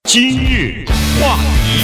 今日话题，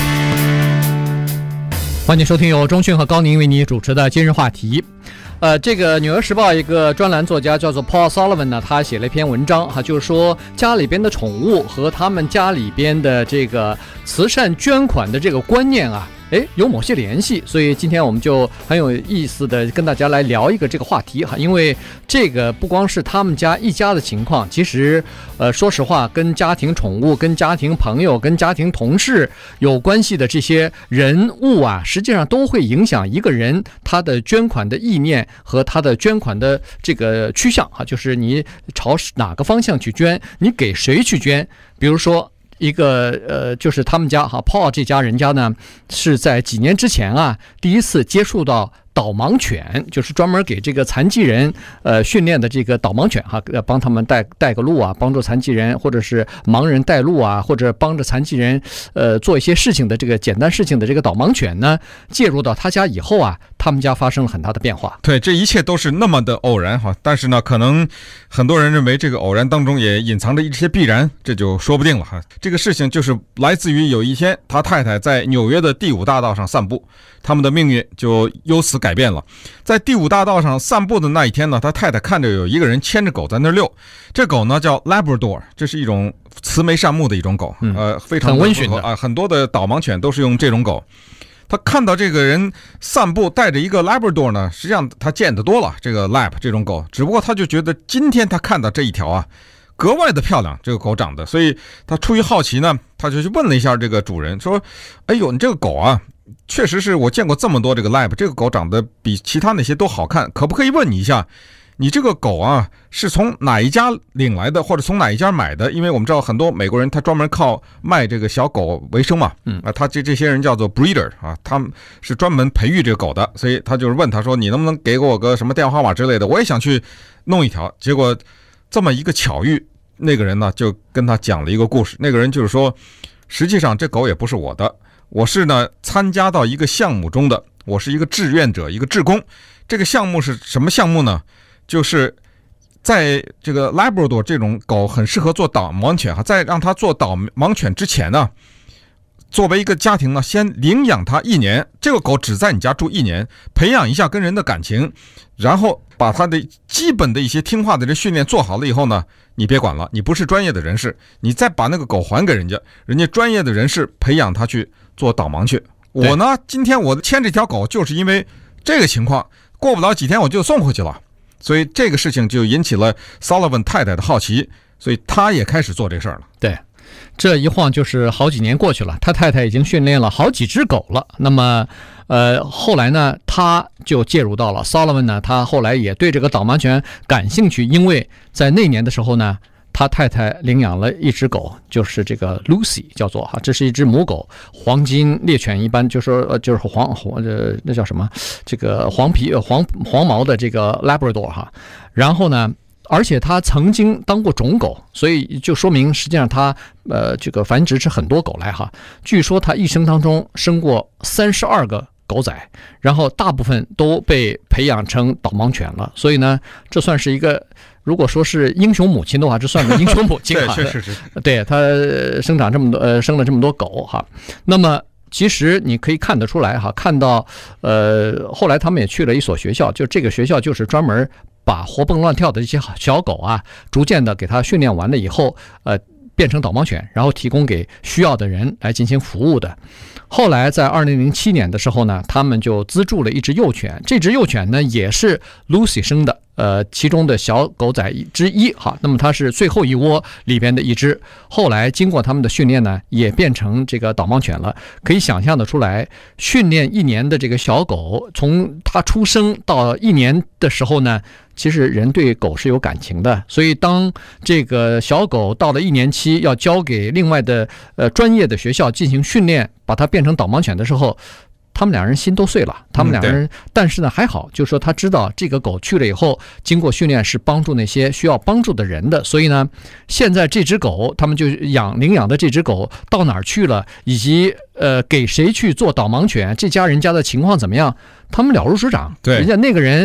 欢迎收听由钟迅和高宁为你主持的今日话题。这个《纽约时报》一个专栏作家叫做 Paul Sullivan 呢，他写了一篇文章哈，就是说家里边的宠物和他们家里边的这个慈善捐款的这个观念啊，有某些联系，所以今天我们就很有意思的跟大家来聊一个这个话题哈，因为这个不光是他们家一家的情况，其实说实话，跟家庭宠物、跟家庭朋友、跟家庭同事有关系的这些人物啊，实际上都会影响一个人他的捐款的意念和他的捐款的这个趋向哈，就是你朝哪个方向去捐，你给谁去捐，比如说。一个就是他们家哈 Paul 这家人家呢，是在几年之前啊，第一次接触到导盲犬，就是专门给这个残疾人训练的这个导盲犬哈，帮他们带个路啊，帮助残疾人或者是盲人带路啊，或者帮着残疾人做一些事情的这个简单事情的这个导盲犬呢，介入到他家以后啊，他们家发生了很大的变化。 对，这一切都是那么的偶然哈，但是呢，可能很多人认为这个偶然当中也隐藏着一些必然，这就说不定了哈。这个事情就是来自于有一天他太太在纽约的第5大道上散步，他们的命运就由此改变了。在第5大道上散步的那一天呢，他太太看着有一个人牵着狗在那遛，这狗呢叫 Labrador， 这是一种慈眉善目的一种狗，非常很温驯的啊，很多的导盲犬都是用这种狗。他看到这个人散步带着一个 Labrador 呢，实际上他见得多了这个 Lab 这种狗，只不过他就觉得今天他看到这一条啊格外的漂亮，这个狗长得，所以他出于好奇呢，他就去问了一下这个主人，说：“哎呦，你这个狗啊，确实是我见过这么多这个 Lab， 这个狗长得比其他那些都好看，可不可以问你一下？”你这个狗啊，是从哪一家领来的，或者从哪一家买的？因为我们知道很多美国人他专门靠卖这个小狗为生嘛，他这些人叫做 breeder 啊，他们是专门培育这个狗的，所以他就是问他说，你能不能给我个什么电话号码之类的？我也想去弄一条。结果这么一个巧遇，那个人呢就跟他讲了一个故事。那个人就是说，实际上这狗也不是我的，我是呢参加到一个项目中的，我是一个志愿者，一个志工。这个项目是什么项目呢？就是在这个 Labrador 这种狗很适合做导盲犬哈，在让它做导盲犬之前呢，作为一个家庭呢，先领养它1年，这个狗只在你家住1年，培养一下跟人的感情，然后把它的基本的一些听话的这训练做好了以后呢，你别管了，你不是专业的人士，你再把那个狗还给人家，人家专业的人士培养它去做导盲去。我呢，今天我牵这条狗就是因为这个情况，过不了几天我就送回去了。所以这个事情就引起了 Sullivan 太太的好奇，所以他也开始做这事儿了。 对，这一晃就是好几年过去了，他太太已经训练了好几只狗了。那么后来呢，他就介入到了 Sullivan 呢，他后来也对这个导盲犬感兴趣，因为在那年的时候呢，他太太领养了一只狗，就是这个 Lucy 叫做哈，这是一只母狗，黄金猎犬，一般就说就是那叫什么，这个黄毛的这个 Labrador 哈。然后呢，而且他曾经当过种狗，所以就说明实际上他这个繁殖是很多狗来哈。据说他一生当中生过32个狗仔，然后大部分都被培养成导盲犬了，所以呢，这算是一个。如果说是英雄母亲的话，这算个英雄母亲哈。 对，是。 对，他生了这么多狗哈。那么其实你可以看得出来哈，看到后来他们也去了一所学校，就这个学校就是专门把活蹦乱跳的一些小狗啊，逐渐的给它训练完了以后，变成导盲犬，然后提供给需要的人来进行服务的。后来在2007年的时候呢，他们就资助了一只幼犬，这只幼犬呢也是 Lucy 生的。其中的小狗仔之一哈，那么它是最后一窝里边的一只，后来经过他们的训练呢，也变成这个导盲犬了。可以想象得出来，训练1年的这个小狗，从它出生到1年的时候呢，其实人对狗是有感情的，所以当这个小狗到了1年期，要交给另外的专业的学校进行训练，把它变成导盲犬的时候，他们两人心都碎了，他们两人，但是呢还好，就是说他知道这个狗去了以后，经过训练是帮助那些需要帮助的人的，所以呢，现在这只狗，他们就领养的这只狗到哪儿去了，以及给谁去做导盲犬，这家人家的情况怎么样，他们了如指掌。 对， 人家那个人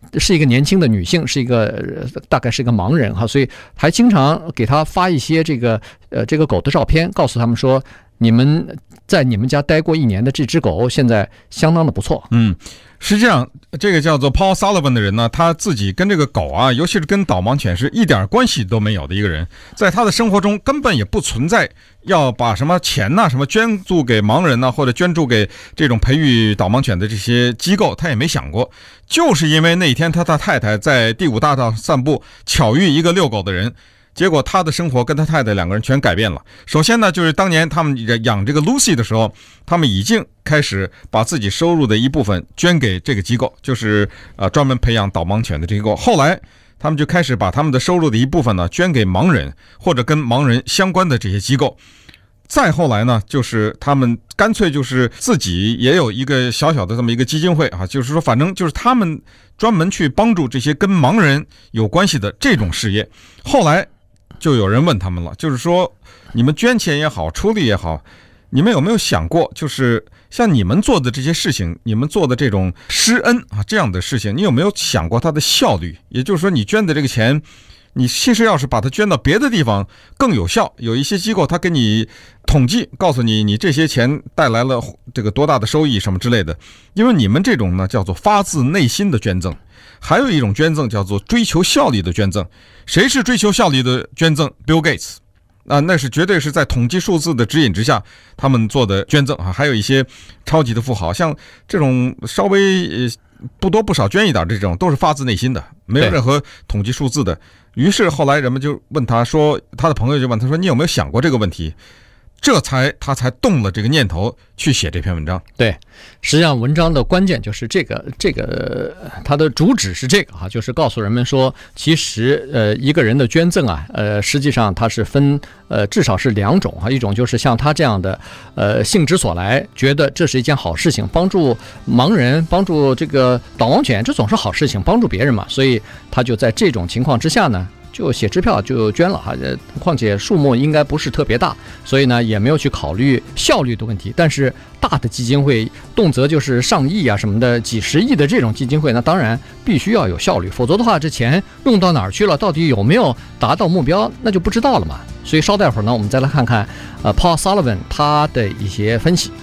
是一个年轻的女性，是一个大概是一个盲人哈，所以还经常给她发一些这个狗的照片，告诉他们说，你们在你们家待过1年的这只狗现在相当的不错。 实际上这个叫做 Paul Sullivan 的人呢，他自己跟这个狗啊，尤其是跟导盲犬是一点关系都没有的一个人，在他的生活中根本也不存在要把什么钱呐、什么捐助给盲人呐、或者捐助给这种培育导盲犬的这些机构，他也没想过。就是因为那一天他太太在第5大道散步，巧遇一个遛狗的人，结果他的生活跟他太太2个人全改变了。首先呢，就是当年他们养这个 Lucy 的时候，他们已经开始把自己收入的一部分捐给这个机构，就是专门培养导盲犬的这个机构。后来他们就开始把他们的收入的一部分呢捐给盲人或者跟盲人相关的这些机构。再后来呢，就是他们干脆就是自己也有一个小小的这么一个基金会啊，就是说反正就是他们专门去帮助这些跟盲人有关系的这种事业。后来就有人问他们了，就是说你们捐钱也好，出力也好，你们有没有想过，就是像你们做的这些事情，你们做的这种施恩啊这样的事情，你有没有想过它的效率？也就是说，你捐的这个钱，你其实要是把它捐到别的地方更有效。有一些机构他给你统计，告诉你你这些钱带来了这个多大的收益什么之类的。因为你们这种呢叫做发自内心的捐赠，还有一种捐赠叫做追求效率的捐赠。谁是追求效率的捐赠？ Bill Gates 那是绝对是在统计数字的指引之下他们做的捐赠啊。还有一些超级的富豪，像这种稍微不多不少捐一点这种，都是发自内心的，没有任何统计数字的。于是后来人们就问他说，他的朋友就问他说，你有没有想过这个问题？他才动了这个念头去写这篇文章。 对，实际上文章的关键就是这个它的主旨是这个哈，就是告诉人们说，其实一个人的捐赠啊，实际上它是分至少是2种哈，一种就是像他这样的兴之所来，觉得这是一件好事情，帮助盲人，帮助这个导盲犬，这总是好事情，帮助别人嘛，所以他就在这种情况之下呢，就写支票就捐了哈，况且数目应该不是特别大，所以呢也没有去考虑效率的问题。但是大的基金会动辄就是上亿啊什么的，几十亿的这种基金会，那当然必须要有效率，否则的话这钱用到哪儿去了，到底有没有达到目标，那就不知道了嘛。所以稍待会儿呢，我们再来看看Paul Sullivan 他的一些分析。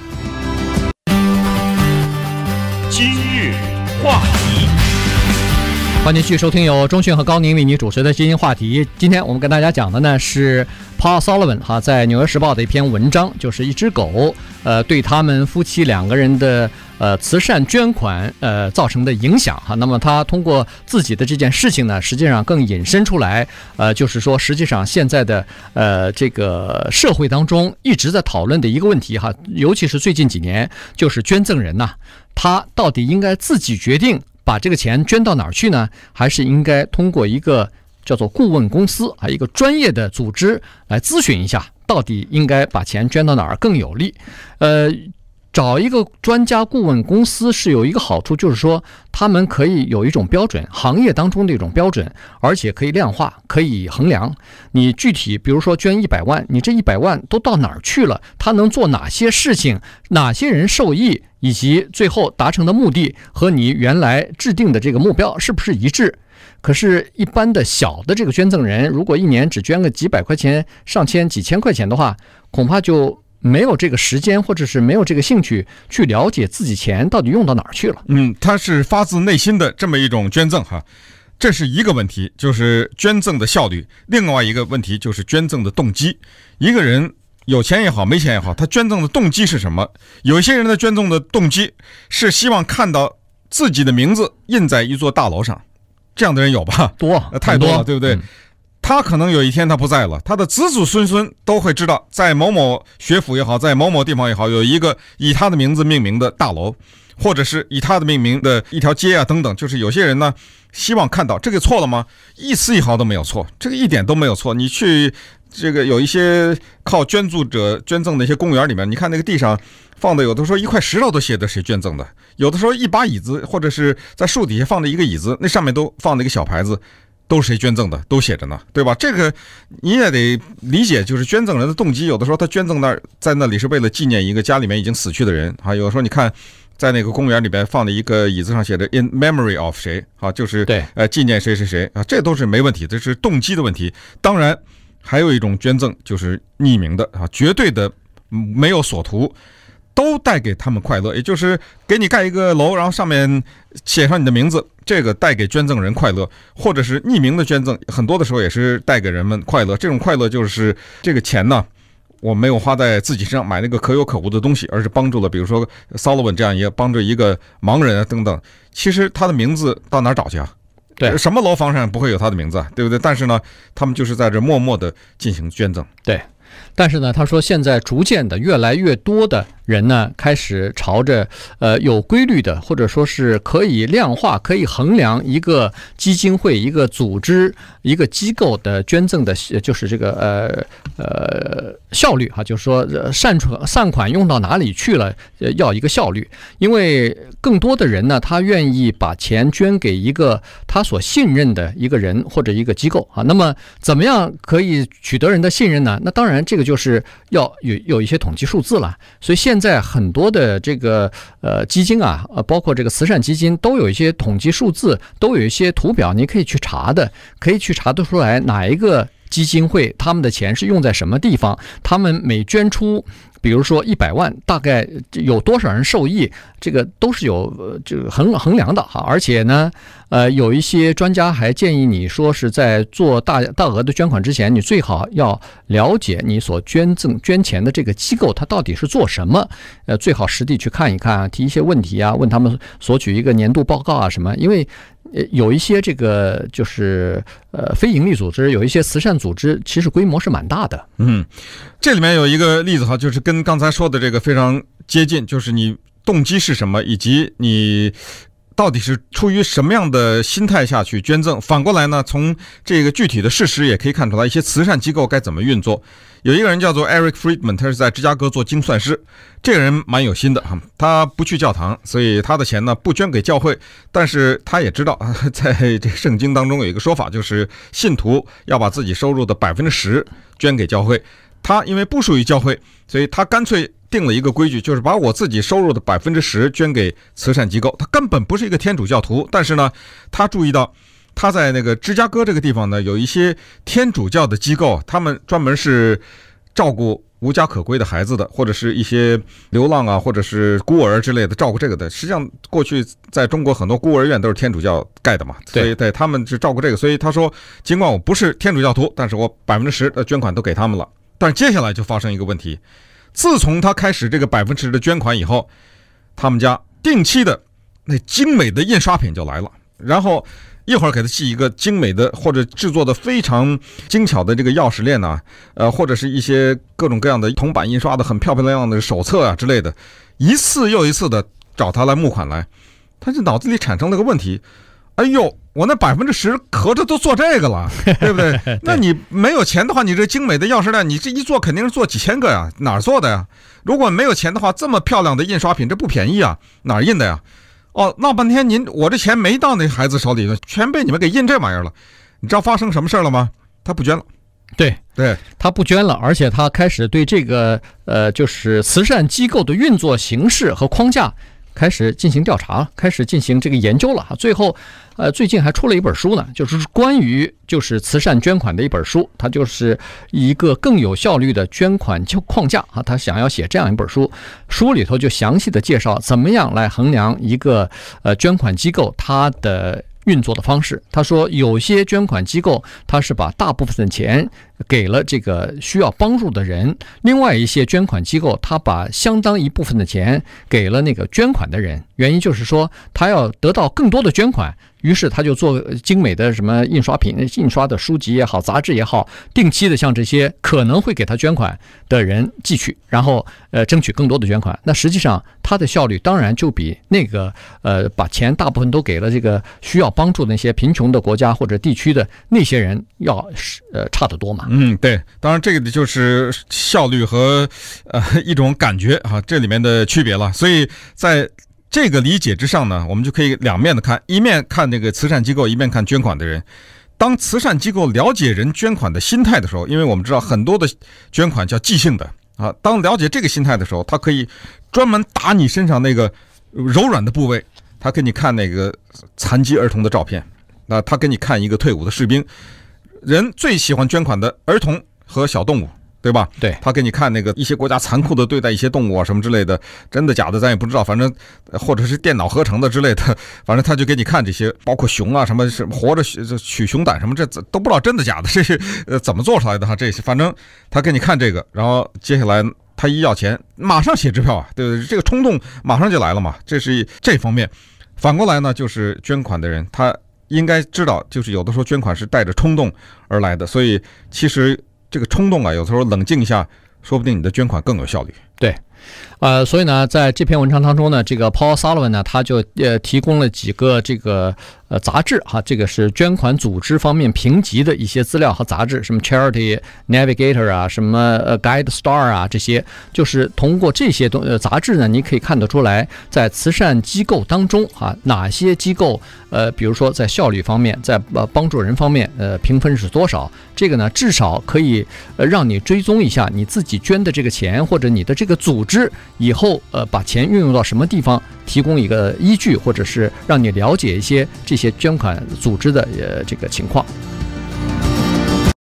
今日话题。 欢迎继续收听由钟迅和高宁为你主持的今日话题。今天我们跟大家讲的呢是 Paul Sullivan 哈在《纽约时报》的一篇文章，就是一只狗对他们夫妻2个人的慈善捐款造成的影响哈。那么他通过自己的这件事情呢，实际上更引申出来就是说实际上现在的这个社会当中一直在讨论的一个问题哈，尤其是最近几年，就是捐赠人呐，他到底应该自己决定把这个钱捐到哪儿去呢？还是应该通过一个叫做顾问公司一个专业的组织来咨询一下，到底应该把钱捐到哪儿更有利？找一个专家顾问公司是有一个好处，就是说他们可以有一种标准，行业当中的一种标准，而且可以量化，可以衡量。你具体比如说捐100万，你这100万都到哪儿去了？他能做哪些事情？哪些人受益？以及最后达成的目的和你原来制定的这个目标是不是一致？可是一般的小的这个捐赠人，如果1年只捐个几百块钱、上千、几千块钱的话，恐怕就没有这个时间，或者是没有这个兴趣去了解自己钱到底用到哪儿去了。 它是发自内心的这么一种捐赠哈，这是一个问题，就是捐赠的效率。另外一个问题就是捐赠的动机。一个人有钱也好，没钱也好，他捐赠的动机是什么？有一些人的捐赠的动机是希望看到自己的名字印在一座大楼上，这样的人有吧？ 多， 太多了，对不对？他可能有一天他不在了，他的子子孙孙都会知道，在某某学府也好，在某某地方也好，有一个以他的名字命名的大楼，或者是以他的命名的一条街啊等等。就是有些人呢希望看到，这个错了吗？一丝一毫都没有错，这个一点都没有错。你去这个有一些靠捐助者捐赠的一些公园里面，你看那个地上放的有的时候一块石头都写的谁捐赠的，有的时候一把椅子或者是在树底下放的一个椅子，那上面都放了一个小牌子，都是谁捐赠的，都写着呢，对吧？这个你也得理解，就是捐赠人的动机。有的时候他捐赠在那里是为了纪念一个家里面已经死去的人啊。有的时候你看在那个公园里边放的一个椅子上写着 "In memory of 谁"啊，就是对纪念谁谁谁啊，这都是没问题，这是动机的问题。当然，还有一种捐赠就是匿名的啊，绝对的没有所图。都带给他们快乐，也就是给你盖一个楼，然后上面写上你的名字，这个带给捐赠人快乐，或者是匿名的捐赠，很多的时候也是带给人们快乐。这种快乐就是这个钱呢，我没有花在自己身上买那个可有可无的东西，而是帮助了，比如说 Sullivan 这样一个帮助一个盲人啊等等。其实他的名字到哪儿找去啊？ 对， 什么楼房上不会有他的名字，对不对？但是呢，他们就是在这默默的进行捐赠。 对。但是呢，他说现在逐渐的越来越多的人呢，开始朝着有规律的，或者说是可以量化、可以衡量一个基金会、一个组织、一个机构的捐赠的，就是这个效率哈，就是说善款用到哪里去了，要一个效率。因为更多的人呢，他愿意把钱捐给一个他所信任的一个人或者一个机构啊。那么怎么样可以取得人的信任呢？那当然这个就是要有一些统计数字了。所以现在很多的这个基金啊，包括这个慈善基金，都有一些统计数字，都有一些图表，你可以去查的，可以去查得出来哪一个基金会他们的钱是用在什么地方，他们每捐出比如说100万，大概有多少人受益，这个都是有这个衡量的哈。而且呢，有一些专家还建议你说是在做大额的捐款之前，你最好要了解你所捐钱的这个机构它到底是做什么，最好实地去看一看，提一些问题啊，问他们索取一个年度报告啊什么，因为有一些这个就是非营利组织，有一些慈善组织，其实规模是蛮大的。 这里面有一个例子哈，就是跟刚才说的这个非常接近，就是你动机是什么，以及你到底是出于什么样的心态下去捐赠。反过来呢，从这个具体的事实也可以看出来，一些慈善机构该怎么运作。有一个人叫做 Eric Friedman， 他是在芝加哥做精算师。这个人蛮有心的，他不去教堂，所以他的钱呢不捐给教会，但是他也知道，在这个圣经当中有一个说法，就是信徒要把自己收入的10%捐给教会。他因为不属于教会，所以他干脆定了一个规矩，就是把我自己收入的10%捐给慈善机构。他根本不是一个天主教徒，但是呢，他注意到他在那个芝加哥这个地方呢，有一些天主教的机构，他们专门是照顾无家可归的孩子的，或者是一些流浪啊，或者是孤儿之类的，照顾这个的。实际上，过去在中国很多孤儿院都是天主教盖的嘛，所以对他们是照顾这个。所以他说，尽管我不是天主教徒，但是我10%的捐款都给他们了。但是接下来就发生一个问题，自从他开始这个10%的捐款以后，他们家定期的那精美的印刷品就来了，然后一会儿给他寄一个精美的或者制作的非常精巧的这个钥匙链啊，或者是一些各种各样的铜版印刷的很漂漂亮亮的手册啊之类的，一次又一次的找他来募款来。他就脑子里产生了个问题，哎呦，我那10%合着都做这个了，对不对？那你没有钱的话，你这精美的钥匙链，你这一做肯定是做几千个呀，哪儿做的呀？如果没有钱的话，这么漂亮的印刷品，这不便宜啊，哪儿印的呀？哦，闹半天我这钱没到那孩子手里头，全被你们给印这玩意儿了。你知道发生什么事了吗？他不捐了。 对，他不捐了，而且他开始对这个就是慈善机构的运作形式和框架开始进行调查，开始进行这个研究了。最后最近还出了一本书呢，就是关于就是慈善捐款的一本书，它就是一个更有效率的捐款框架啊。他想要写这样一本书，书里头就详细的介绍怎么样来衡量一个捐款机构它的运作的方式。他说有些捐款机构他是把大部分的钱给了这个需要帮助的人，另外一些捐款机构他把相当一部分的钱给了那个捐款的人，原因就是说他要得到更多的捐款，于是他就做精美的什么印刷品、印刷的书籍也好、杂志也好，定期的向这些可能会给他捐款的人寄去，然后争取更多的捐款。那实际上他的效率当然就比那个把钱大部分都给了这个需要帮助的那些贫穷的国家或者地区的那些人要差得多嘛。 对，当然这个就是效率和一种感觉啊，这里面的区别了。所以在这个理解之上呢，我们就可以两面的看，一面看这个慈善机构，一面看捐款的人。当慈善机构了解人捐款的心态的时候，因为我们知道很多的捐款叫即兴的啊，当了解这个心态的时候，他可以专门打你身上那个柔软的部位，他给你看那个残疾儿童的照片，那他给你看一个退伍的士兵。人最喜欢捐款的儿童和小动物，对吧？ 对， 他给你看那个一些国家残酷的对待一些动物啊什么之类的，真的假的咱也不知道，反正或者是电脑合成的之类的，反正他就给你看这些，包括熊啊什么活着取熊胆什么，这都不知道真的假的，这是怎么做出来的哈？这些反正他给你看这个，然后接下来他一要钱，马上写支票啊，对不对？这个冲动马上就来了嘛，这是这方面。反过来呢，就是捐款的人他应该知道，就是有的时候捐款是带着冲动而来的，所以其实这个冲动啊，有的时候冷静一下，说不定你的捐款更有效率。 对，所以呢，在这篇文章当中呢，这个 Paul Sullivan 呢，他就提供了几个这个杂志哈，这个是捐款组织方面评级的一些资料和杂志，什么 Charity Navigator 啊，什么Guide Star 啊，这些就是通过这些杂志呢，你可以看得出来，在慈善机构当中啊，哪些机构比如说在效率方面，在帮助人方面评分是多少，这个呢至少可以让你追踪一下你自己捐的这个钱，或者你的这个组织以后把钱运用到什么地方，提供一个依据，或者是让你了解一些这些捐款组织的这个情况。